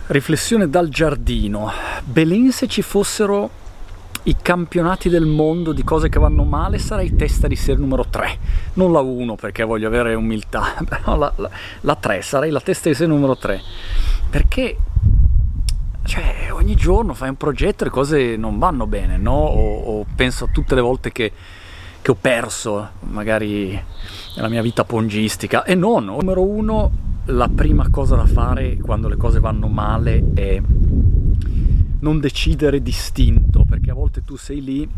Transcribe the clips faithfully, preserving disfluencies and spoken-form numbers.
Riflessione dal giardino. Belin, se ci fossero i campionati del mondo di cose che vanno male, sarei testa di serie numero tre, non la uno perché voglio avere umiltà, però la, la, la tre, sarei la testa di serie numero tre, perché cioè, ogni giorno fai un progetto e le cose non vanno bene, no? O, o penso a tutte le volte che, che ho perso, magari nella mia vita pongistica, e non, numero uno, la prima cosa da fare quando le cose vanno male è non decidere distinto, perché a volte tu sei lì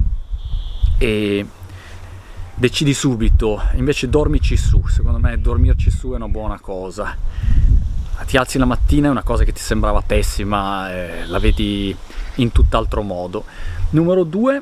e decidi subito, invece dormici su. Secondo me dormirci su è una buona cosa. Ti alzi la mattina, è una cosa che ti sembrava pessima, eh, la vedi in tutt'altro modo. Numero due,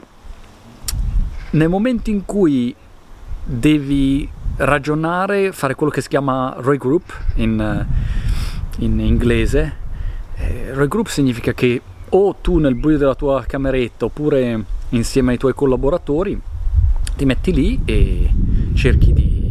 nel momento in cui devi ragionare, fare quello che si chiama regroup in, in inglese. eh, regroup significa che o tu nel buio della tua cameretta oppure insieme ai tuoi collaboratori ti metti lì e cerchi di,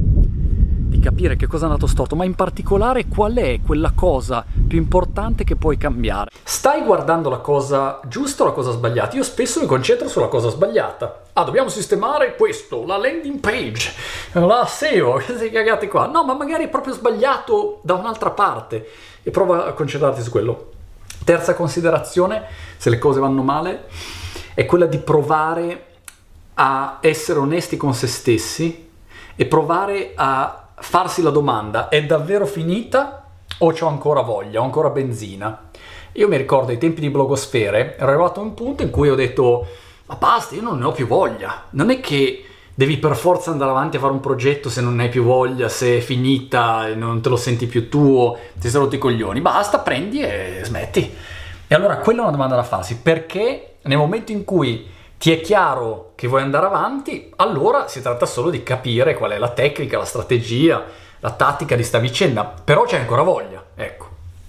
di capire che cosa è andato storto, ma in particolare qual è quella cosa più importante che puoi cambiare. Stai guardando la cosa giusta o la cosa sbagliata? Io spesso mi concentro sulla cosa sbagliata. Ah, dobbiamo sistemare questo, la landing page, la S E O, queste cagate qua. No, ma magari è proprio sbagliato da un'altra parte e prova a concentrarti su quello. Terza considerazione, se le cose vanno male, è quella di provare a essere onesti con se stessi e provare a farsi la domanda: è davvero finita o c'ho ancora voglia, ho ancora benzina? Io mi ricordo ai tempi di Blogosfere, ero arrivato a un punto in cui ho detto: ma basta, io non ne ho più voglia. Non è che devi per forza andare avanti a fare un progetto se non ne hai più voglia, se è finita e non te lo senti più tuo, ti sei rotto i coglioni. Basta, prendi e smetti. E allora quella è una domanda da farsi, perché nel momento in cui ti è chiaro che vuoi andare avanti, allora si tratta solo di capire qual è la tecnica, la strategia, la tattica di sta vicenda, però c'è ancora voglia, ecco.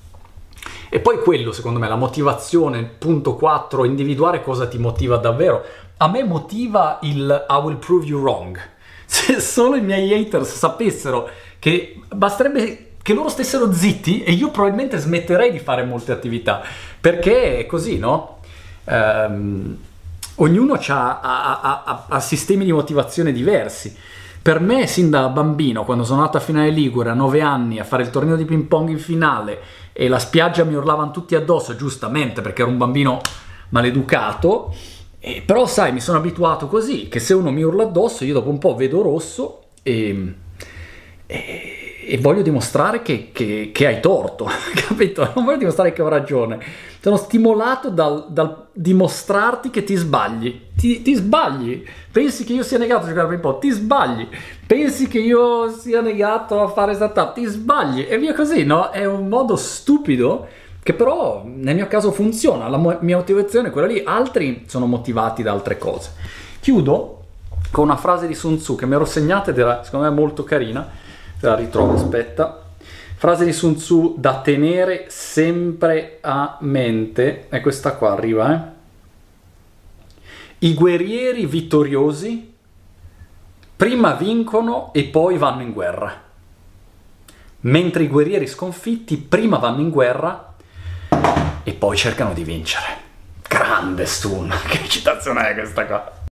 E poi quello, secondo me, la motivazione, punto quattro, individuare cosa ti motiva davvero. A me motiva il I will prove you wrong. Se solo i miei haters sapessero che basterebbe che loro stessero zitti e io probabilmente smetterei di fare molte attività, perché è così, no? Um, ognuno ha, ha, ha, ha sistemi di motivazione diversi. Per me, sin da bambino, quando sono andato a Finale Ligure a nove anni a fare il torneo di ping pong in finale e la spiaggia mi urlavano tutti addosso, giustamente perché ero un bambino maleducato, eh, però sai, mi sono abituato così, che se uno mi urla addosso io dopo un po' vedo rosso e, e, e voglio dimostrare che, che, che hai torto, capito? Non voglio dimostrare che ho ragione. Sono stimolato dal, dal dimostrarti che ti sbagli. Ti, ti sbagli. Pensi che io sia negato a giocare a ping pong? Ti sbagli. Pensi che io sia negato a fare startup? Ti sbagli. E via così, no? È un modo stupido che però nel mio caso funziona. La mo- mia motivazione è quella lì. Altri sono motivati da altre cose. Chiudo con una frase di Sun Tzu che mi ero segnata ed era, secondo me, molto carina. Te la ritrovo, aspetta. Frase di Sun Tzu da tenere sempre a mente, è questa qua, arriva, eh? I guerrieri vittoriosi prima vincono e poi vanno in guerra, mentre i guerrieri sconfitti prima vanno in guerra e poi cercano di vincere. Grande Sun, che citazione è questa qua?